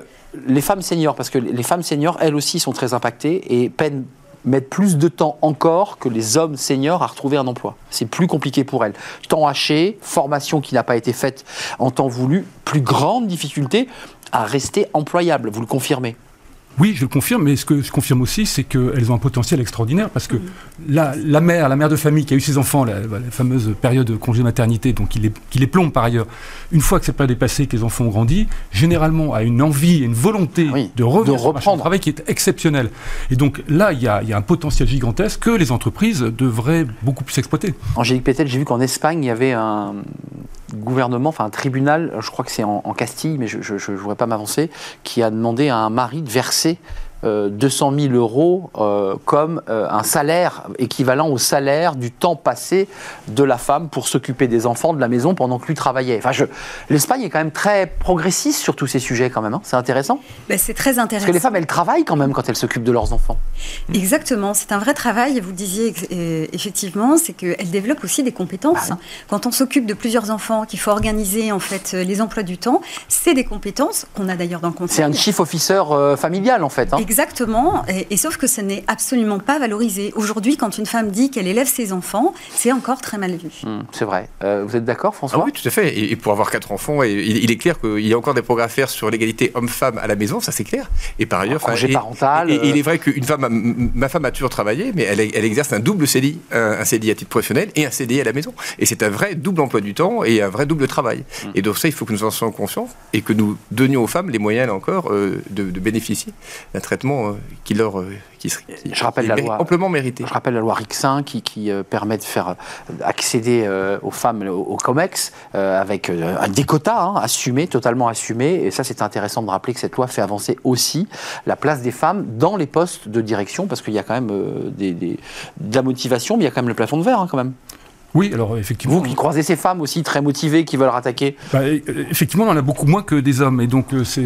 Les femmes seniors, parce que les femmes seniors, elles aussi, sont très impactées et mettent plus de temps encore que les hommes seniors à retrouver un emploi. C'est plus compliqué pour elles. Temps haché, formation qui n'a pas été faite en temps voulu, plus grande difficulté à rester employable. Vous le confirmez? Oui, je le confirme, mais ce que je confirme aussi, c'est qu'elles ont un potentiel extraordinaire, parce que la mère de famille qui a eu ses enfants, la fameuse période de congé maternité, donc qui les plombe par ailleurs, une fois que cette période est passée, que les enfants ont grandi, généralement a une envie et une volonté de revenir sur le marché du travail qui est exceptionnelle. Et donc là, il y a un potentiel gigantesque que les entreprises devraient beaucoup plus exploiter. Angélique Pétel, j'ai vu qu'en Espagne, il y avait un gouvernement, enfin un tribunal, je crois que c'est en Castille, mais je ne voudrais pas m'avancer, qui a demandé à un mari de verser 200 000 euros comme un salaire équivalent au salaire du temps passé de la femme pour s'occuper des enfants de la maison pendant que lui travaillait. Enfin, l'Espagne est quand même très progressiste sur tous ces sujets quand même. C'est intéressant. C'est très intéressant. Parce que les femmes, elles travaillent quand même quand elles s'occupent de leurs enfants. Exactement. C'est un vrai travail. Et vous le disiez effectivement, c'est qu'elles développent aussi des compétences. Quand on s'occupe de plusieurs enfants, qu'il faut organiser en fait les emplois du temps, c'est des compétences qu'on a d'ailleurs dans le conseil. C'est un chief officer familial en fait. Exactement, et sauf que ce n'est absolument pas valorisé. Aujourd'hui, quand une femme dit qu'elle élève ses enfants, c'est encore très mal vu. C'est vrai. Vous êtes d'accord, François ? Oui, tout à fait. Et pour avoir 4 enfants, il est clair qu'il y a encore des progrès à faire sur l'égalité homme-femme à la maison, ça c'est clair. Et par ailleurs, congé parental. Et il est vrai qu'une femme, ma femme a toujours travaillé, mais elle exerce un double CDI, un CDI à titre professionnel et un CDI à la maison. Et c'est un vrai double emploi du temps et un vrai double travail. Et donc ça, il faut que nous en soyons conscients et que nous donnions aux femmes les moyens, là encore, de bénéficier d'un traitement qui serait amplement mérité. Je rappelle la loi Rixin qui permet de faire accéder aux femmes au COMEX avec des quotas assumés, totalement assumés. Et ça, c'est intéressant de rappeler que cette loi fait avancer aussi la place des femmes dans les postes de direction, parce qu'il y a quand même de la motivation, mais il y a quand même le plafond de verre, quand même. Oui, alors effectivement... Vous qui croisez ces femmes aussi très motivées qui veulent rattaquer. Effectivement, on en a beaucoup moins que des hommes. Et donc,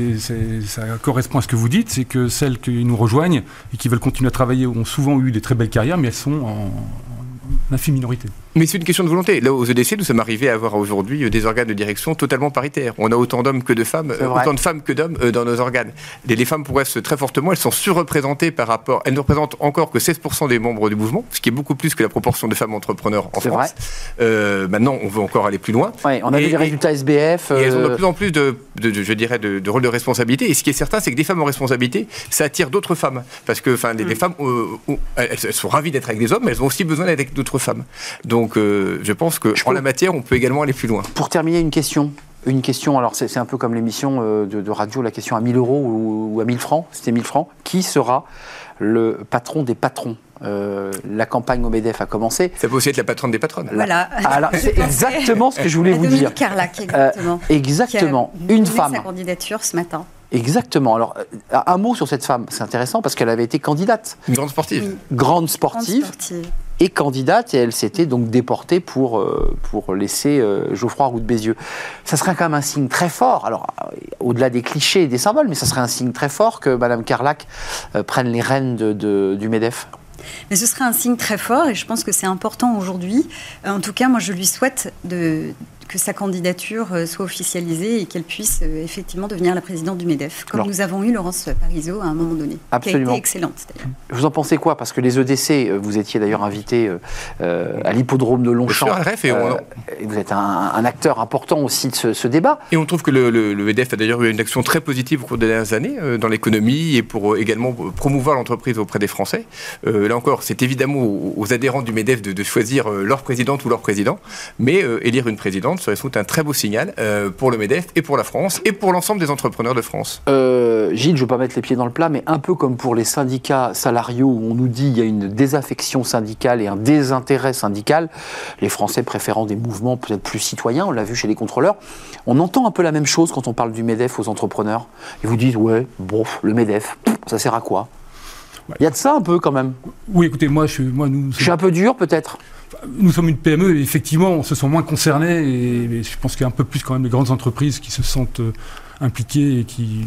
ça correspond à ce que vous dites, c'est que celles qui nous rejoignent et qui veulent continuer à travailler ont souvent eu des très belles carrières, mais elles sont en infime minorité. Mais c'est une question de volonté. Là, aux EDC, nous sommes arrivés à avoir aujourd'hui des organes de direction totalement paritaires. On a autant d'hommes que de femmes, autant de femmes que d'hommes dans nos organes. Les femmes progressent très fortement, elles sont surreprésentées par rapport... Elles ne représentent encore que 16% des membres du mouvement, ce qui est beaucoup plus que la proportion de femmes entrepreneurs en France. Maintenant, on veut encore aller plus loin. Ouais, on a vu les résultats SBF. Et elles ont de plus en plus de rôles de responsabilité. Et ce qui est certain, c'est que des femmes en responsabilité, ça attire d'autres femmes. Parce que les femmes, elles sont ravies d'être avec des hommes, mais elles ont aussi besoin d'être avec d'autres femmes. Donc, je pense qu'en la matière, on peut également aller plus loin. Pour terminer, une question, alors c'est un peu comme l'émission de radio, la question à 1 000 € ou à 1 000 francs, c'était 1 000 francs. Qui sera le patron des patrons ? La campagne au MEDEF a commencé. Ça peut aussi être la patronne des patronnes. Voilà. Alors, c'est exactement ce que je voulais vous dire. Dominique Carlac, exactement. Exactement. Qui a une donné femme. sa candidature ce matin. Exactement. Alors, un mot sur cette femme, c'est intéressant parce qu'elle avait été candidate. Une grande sportive. Oui. Grande sportive. Et candidate, et elle s'était donc déportée pour laisser Geoffroy Roux de Bézieux. Ça serait quand même un signe très fort, alors au-delà des clichés et des symboles, mais ça serait un signe très fort que Mme Carlac prenne les rênes du MEDEF. Mais ce serait un signe très fort et je pense que c'est important aujourd'hui. En tout cas, moi, je lui souhaite que sa candidature soit officialisée et qu'elle puisse effectivement devenir la présidente du MEDEF, comme nous avons eu Laurence Parisot à un moment donné, absolument. qui a été excellente d'ailleurs. Vous en pensez quoi ? Parce que les EDC, vous étiez d'ailleurs invité à l'hippodrome de Longchamp. Et vous êtes un acteur important aussi de ce débat. Et on trouve que le MEDEF a d'ailleurs eu une action très positive au cours des dernières années dans l'économie et pour également promouvoir l'entreprise auprès des Français. Là encore, c'est évidemment aux adhérents du MEDEF de choisir leur présidente ou leur président, mais élire une présidente serait sans doute un très beau signal pour le MEDEF et pour la France et pour l'ensemble des entrepreneurs de France. Gilles, je ne veux pas mettre les pieds dans le plat, mais un peu comme pour les syndicats salariaux où on nous dit qu'il y a une désaffection syndicale et un désintérêt syndical, les Français préférant des mouvements peut-être plus citoyens, on l'a vu chez les contrôleurs, on entend un peu la même chose quand on parle du MEDEF aux entrepreneurs. Ils vous disent, ouais, bon, le MEDEF, ça sert à quoi ? Il y a de ça un peu quand même. Oui, écoutez, je suis un peu dur peut-être. Nous sommes une PME et effectivement, on se sent moins concernés et je pense qu'il y a un peu plus quand même les grandes entreprises qui se sentent impliquées et qui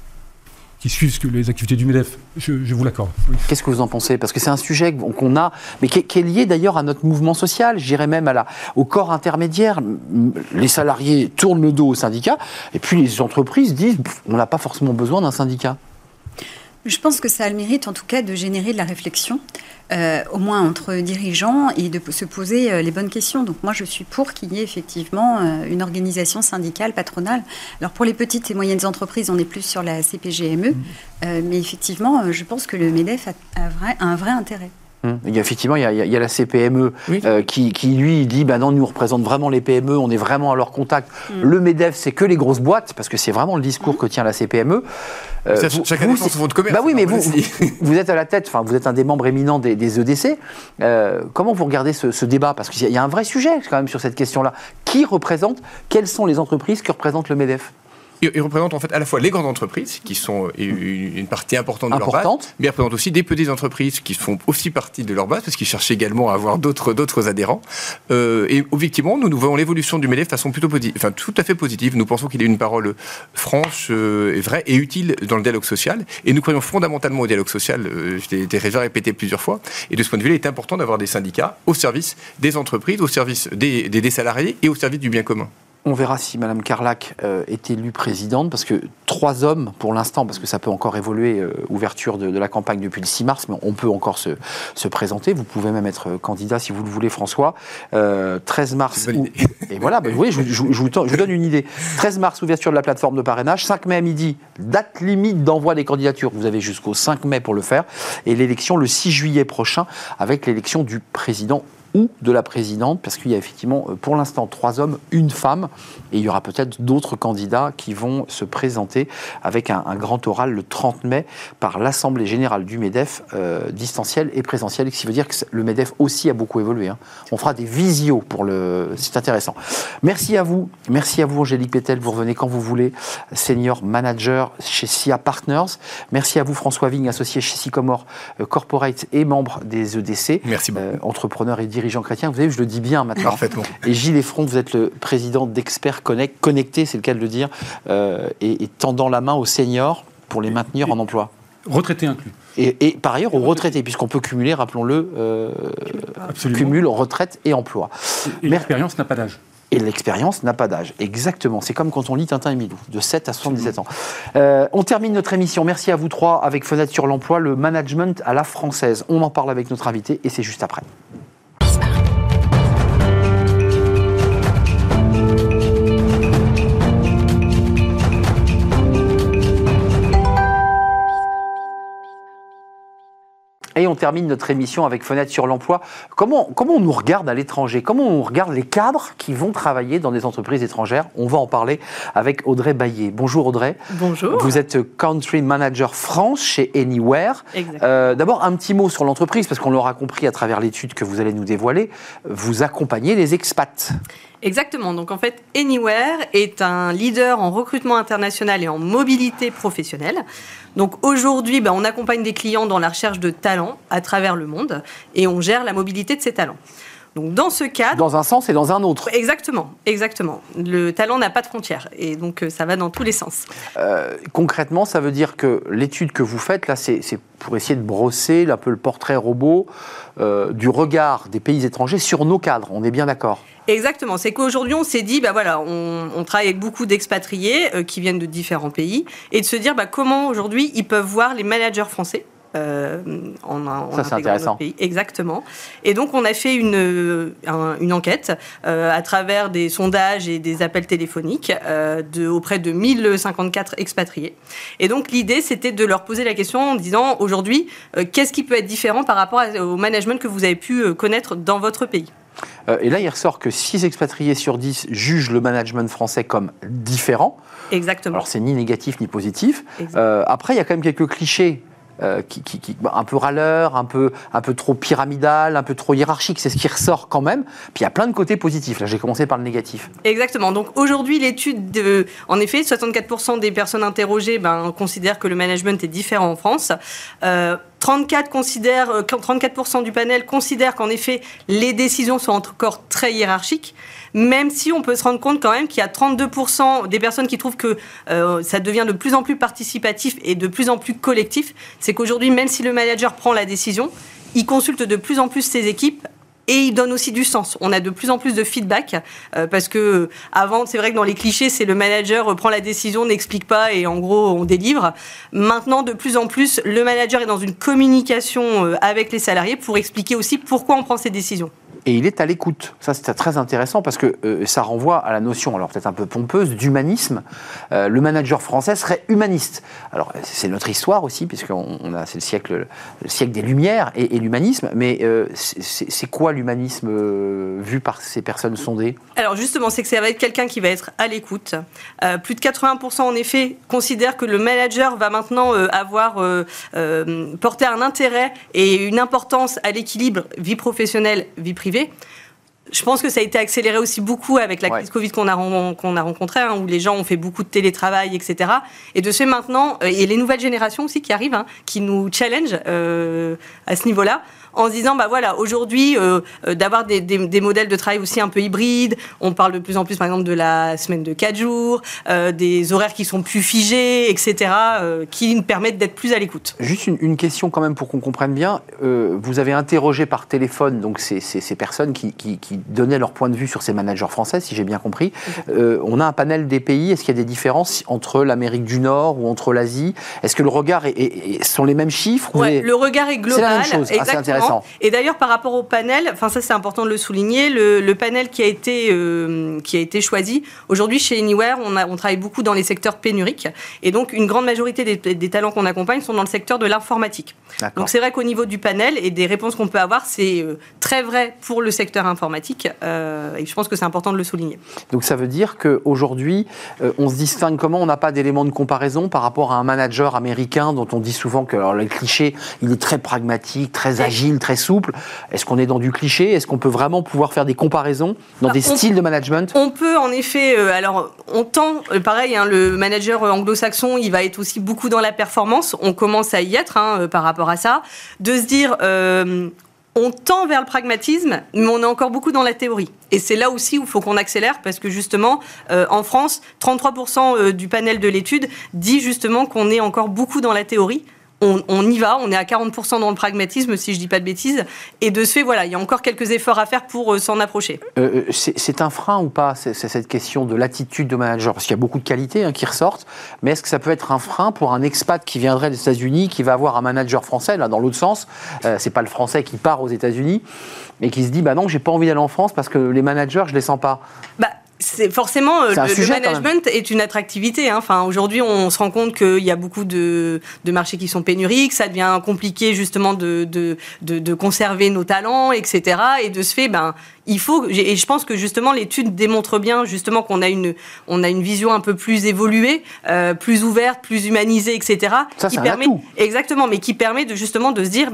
suivent les activités du MEDEF. Je vous l'accorde. Oui. Qu'est-ce que vous en pensez ? Parce que c'est un sujet qu'on a, mais qui est lié d'ailleurs à notre mouvement social, je dirais même au corps intermédiaire. Les salariés tournent le dos aux syndicats et puis les entreprises disent on n'a pas forcément besoin d'un syndicat. Je pense que ça a le mérite, en tout cas, de générer de la réflexion, au moins entre dirigeants, et de se poser les bonnes questions. Donc moi, je suis pour qu'il y ait effectivement une organisation syndicale, patronale. Alors pour les petites et moyennes entreprises, on est plus sur la CPGME, mais effectivement, je pense que le MEDEF a un vrai intérêt. Effectivement, il y a la CPME qui lui, dit non, nous, on représente vraiment les PME, on est vraiment à leur contact. Le MEDEF, c'est que les grosses boîtes, parce que c'est vraiment le discours que tient la CPME. Chacun défend son fonds de commerce. Oui, mais vous êtes à la tête, vous êtes un des membres éminents des EDC. Comment vous regardez ce débat ? Parce qu'il y a un vrai sujet quand même sur cette question-là. Quelles sont les entreprises que représente le MEDEF ? Il représente en fait à la fois les grandes entreprises, qui sont une partie importante de leur base, mais il représente aussi des petites entreprises qui font aussi partie de leur base, parce qu'ils cherchent également à avoir d'autres adhérents. Et objectivement, nous voyons l'évolution du MEDEF de façon tout à fait positive. Nous pensons qu'il a une parole franche, et vraie et utile dans le dialogue social. Et nous croyons fondamentalement au dialogue social. Je l'ai déjà répété plusieurs fois. Et de ce point de vue-là, il est important d'avoir des syndicats au service des entreprises, au service des salariés et au service du bien commun. On verra si Mme Carlac est élue présidente, parce que 3 hommes, pour l'instant, parce que ça peut encore évoluer, ouverture de la campagne depuis le 6 mars, mais on peut encore se présenter. Vous pouvez même être candidat si vous le voulez, François. 13 mars... Et voilà, oui, je vous donne une idée. 13 mars, ouverture de la plateforme de parrainage. 5 mai à midi, date limite d'envoi des candidatures. Vous avez jusqu'au 5 mai pour le faire. Et l'élection le 6 juillet prochain, avec l'élection du président ou de la présidente, parce qu'il y a effectivement pour l'instant 3 hommes, 1 femme, et il y aura peut-être d'autres candidats qui vont se présenter avec un grand oral le 30 mai par l'Assemblée Générale du MEDEF, distanciel et présentiel, ce qui veut dire que le MEDEF aussi a beaucoup évolué. On fera des visios pour le... C'est intéressant. Merci à vous Angélique Pétel, vous revenez quand vous voulez, senior manager chez SIA Partners. Merci à vous François Vigne, associé chez Sycomore Corporate et membre des EDC. Merci beaucoup. Entrepreneur et dirigeant chrétien, vous savez, je le dis bien maintenant. Parfaitement. Et Gilles Effron, vous êtes le président d'Experts Connectés, c'est le cas de le dire, et tendant la main aux seniors pour les maintenir en emploi. Retraités inclus. Et par ailleurs aux retraités, puisqu'on peut cumuler, rappelons-le, cumul, retraite et emploi. Et l'expérience n'a pas d'âge. Et l'expérience n'a pas d'âge. Exactement. C'est comme quand on lit Tintin et Milou, de 7 à 77 ans. On termine notre émission. Merci à vous 3 avec Fenêtre sur l'emploi, le management à la française. On en parle avec notre invité et c'est juste après. Et on termine notre émission avec Fenêtre sur l'emploi. Comment on nous regarde à l'étranger? Comment on regarde les cadres qui vont travailler dans des entreprises étrangères? On va en parler avec Audrey Baillet. Bonjour Audrey. Bonjour. Vous êtes Country Manager France chez Anywhere. D'abord, un petit mot sur l'entreprise, parce qu'on l'aura compris à travers l'étude que vous allez nous dévoiler. Vous accompagnez les expats. Exactement. Donc en fait, Anywhere est un leader en recrutement international et en mobilité professionnelle. Donc aujourd'hui, on accompagne des clients dans la recherche de talents à travers le monde et on gère la mobilité de ces talents. Donc dans ce cadre... Dans un sens et dans un autre. Exactement. Le talent n'a pas de frontières et donc ça va dans tous les sens. Concrètement, ça veut dire que l'étude que vous faites, là, c'est pour essayer de brosser un peu le portrait robot du regard des pays étrangers sur nos cadres. On est bien d'accord? Exactement. C'est qu'aujourd'hui, on s'est dit, on travaille avec beaucoup d'expatriés qui viennent de différents pays et de se dire comment aujourd'hui ils peuvent voir les managers français. Ça, c'est intéressant. Pays. Exactement. Et donc, on a fait une enquête à travers des sondages et des appels téléphoniques auprès de 1054 expatriés. Et donc, l'idée, c'était de leur poser la question en disant, aujourd'hui, qu'est-ce qui peut être différent par rapport au management que vous avez pu connaître dans votre pays? Et là, il ressort que 6 expatriés sur 10 jugent le management français comme différent. Exactement. Alors, c'est ni négatif ni positif. Après, il y a quand même quelques clichés. Un peu râleur, un peu trop pyramidal, un peu trop hiérarchique, c'est ce qui ressort quand même. Puis il y a plein de côtés positifs. Là, j'ai commencé par le négatif. Exactement. Donc aujourd'hui, l'étude, en effet, 64% des personnes interrogées considèrent que le management est différent en France. 34% du panel considèrent qu'en effet, les décisions sont encore très hiérarchiques, même si on peut se rendre compte quand même qu'il y a 32% des personnes qui trouvent que ça devient de plus en plus participatif et de plus en plus collectif. C'est qu'aujourd'hui, même si le manager prend la décision, il consulte de plus en plus ses équipes. Et il donne aussi du sens. On a de plus en plus de feedback parce que avant, c'est vrai que dans les clichés, c'est le manager prend la décision, n'explique pas et en gros, on délivre. Maintenant, de plus en plus, le manager est dans une communication avec les salariés pour expliquer aussi pourquoi on prend ces décisions. Et il est à l'écoute. Ça, c'est très intéressant parce que ça renvoie à la notion, alors peut-être un peu pompeuse, d'humanisme. Le manager français serait humaniste. Alors, c'est notre histoire aussi, puisque c'est le siècle des Lumières et l'humanisme. Mais c'est quoi l'humanisme vu par ces personnes sondées? Alors, justement, c'est que ça va être quelqu'un qui va être à l'écoute. Plus de 80% en effet considèrent que le manager va maintenant avoir porté un intérêt et une importance à l'équilibre vie professionnelle, vie privée. Je pense que ça a été accéléré aussi beaucoup avec la crise Covid qu'on a rencontrée, où les gens ont fait beaucoup de télétravail, etc. Et de ce fait maintenant, et les nouvelles générations aussi qui arrivent, qui nous challengent à ce niveau-là, en se disant, voilà, aujourd'hui, d'avoir des modèles de travail aussi un peu hybrides. On parle de plus en plus, par exemple, de la semaine de 4 jours, des horaires qui sont plus figés, etc., qui nous permettent d'être plus à l'écoute. Juste une question quand même pour qu'on comprenne bien. Vous avez interrogé par téléphone donc ces personnes qui donnaient leur point de vue sur ces managers français, si j'ai bien compris. On a un panel des pays. Est-ce qu'il y a des différences entre l'Amérique du Nord ou entre l'Asie? Est-ce que le regard sont les mêmes chiffres? Le regard est global. C'est la même chose. Exactement. C'est intéressant. Et d'ailleurs, par rapport au panel, ça c'est important de le souligner, le panel qui a été choisi, aujourd'hui chez Anywhere, on travaille beaucoup dans les secteurs pénuriques. Et donc, une grande majorité des talents qu'on accompagne sont dans le secteur de l'informatique. D'accord. Donc, c'est vrai qu'au niveau du panel et des réponses qu'on peut avoir, c'est très vrai pour le secteur informatique. Et je pense que c'est important de le souligner. Donc, ça veut dire qu'aujourd'hui, on se distingue comment? On n'a pas d'éléments de comparaison par rapport à un manager américain dont on dit souvent que le cliché, il est très pragmatique, très agile, très souple. Est-ce qu'on est dans du cliché? Est-ce qu'on peut vraiment pouvoir faire des comparaisons dans des styles de management? On peut en effet, on tend, pareil, le manager anglo-saxon, il va être aussi beaucoup dans la performance. On commence à y être par rapport à ça. De se dire, on tend vers le pragmatisme, mais on est encore beaucoup dans la théorie. Et c'est là aussi où il faut qu'on accélère, parce que justement, en France, 33% du panel de l'étude dit justement qu'on est encore beaucoup dans la théorie. On y va, on est à 40% dans le pragmatisme, si je ne dis pas de bêtises. Et de ce fait, il y a encore quelques efforts à faire pour s'en approcher. C'est un frein ou pas, c'est cette question de l'attitude de manager? Parce qu'il y a beaucoup de qualités qui ressortent, mais est-ce que ça peut être un frein pour un expat qui viendrait des États-Unis, qui va avoir un manager français, là, dans l'autre sens? C'est pas le français qui part aux États-Unis, et qui se dit, non, j'ai pas envie d'aller en France parce que les managers, je les sens pas. C'est forcément le management est une attractivité. Aujourd'hui, on se rend compte qu'il y a beaucoup de marchés qui sont pénuriques, ça devient compliqué justement de conserver nos talents, etc. Et de ce fait, il faut. Et je pense que justement l'étude démontre bien justement qu'on a une vision un peu plus évoluée, plus ouverte, plus humanisée, etc. Ça, c'est un atout. Exactement, mais qui permet de justement de se dire,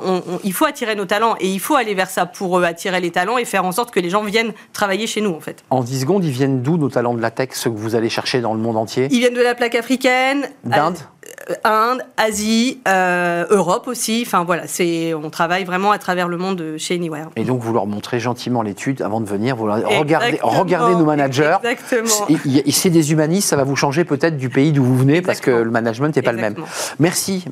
il faut attirer nos talents et il faut aller vers ça pour attirer les talents et faire en sorte que les gens viennent travailler chez nous en fait. En 10 secondes, ils viennent d'où nos talents de la tech, ceux que vous allez chercher dans le monde entier? Ils viennent de la plaque africaine, d'Inde, Inde, Asie, Europe aussi. On travaille vraiment à travers le monde chez Anywhere. Et donc vous leur montrez gentiment l'étude avant de venir. Vous leur regardez nos managers. Exactement. C'est des humanistes, ça va vous changer peut-être du pays d'où vous venez. Exactement. Parce que le management n'est pas le même. Merci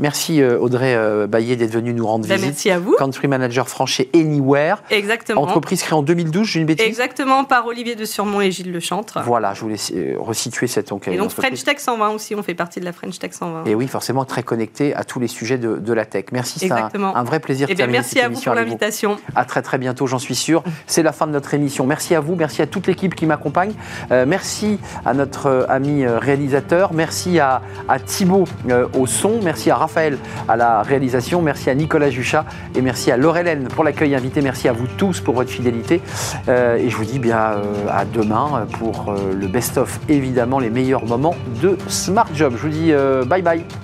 Audrey Baillet d'être venue nous rendre visite. Merci à vous. Country manager franc chez Anywhere. Exactement. Entreprise créée en 2012, j'ai une bêtise? Exactement, par Olivier de Surmont et Gilles Lechantre. Voilà, je voulais resituer cette enquête. Et donc French Tech 120 aussi, on fait partie de la French Tech 120. Et oui, forcément très connecté à tous les sujets de la tech. Merci, c'est un vrai plaisir de terminer cette émission avec vous. Merci à vous pour l'invitation. À très très bientôt, j'en suis sûr. C'est la fin de notre émission. Merci à vous, merci à toute l'équipe qui m'accompagne. Merci à notre ami réalisateur. Merci à Thibaut au son. Merci à Raphaël à la réalisation. Merci à Nicolas Juchat et merci à Laure-Hélène pour l'accueil invité. Merci à vous tous pour votre fidélité. Et je vous dis à demain pour le best-of, évidemment, les meilleurs moments de Smart Job. Je vous dis bye bye.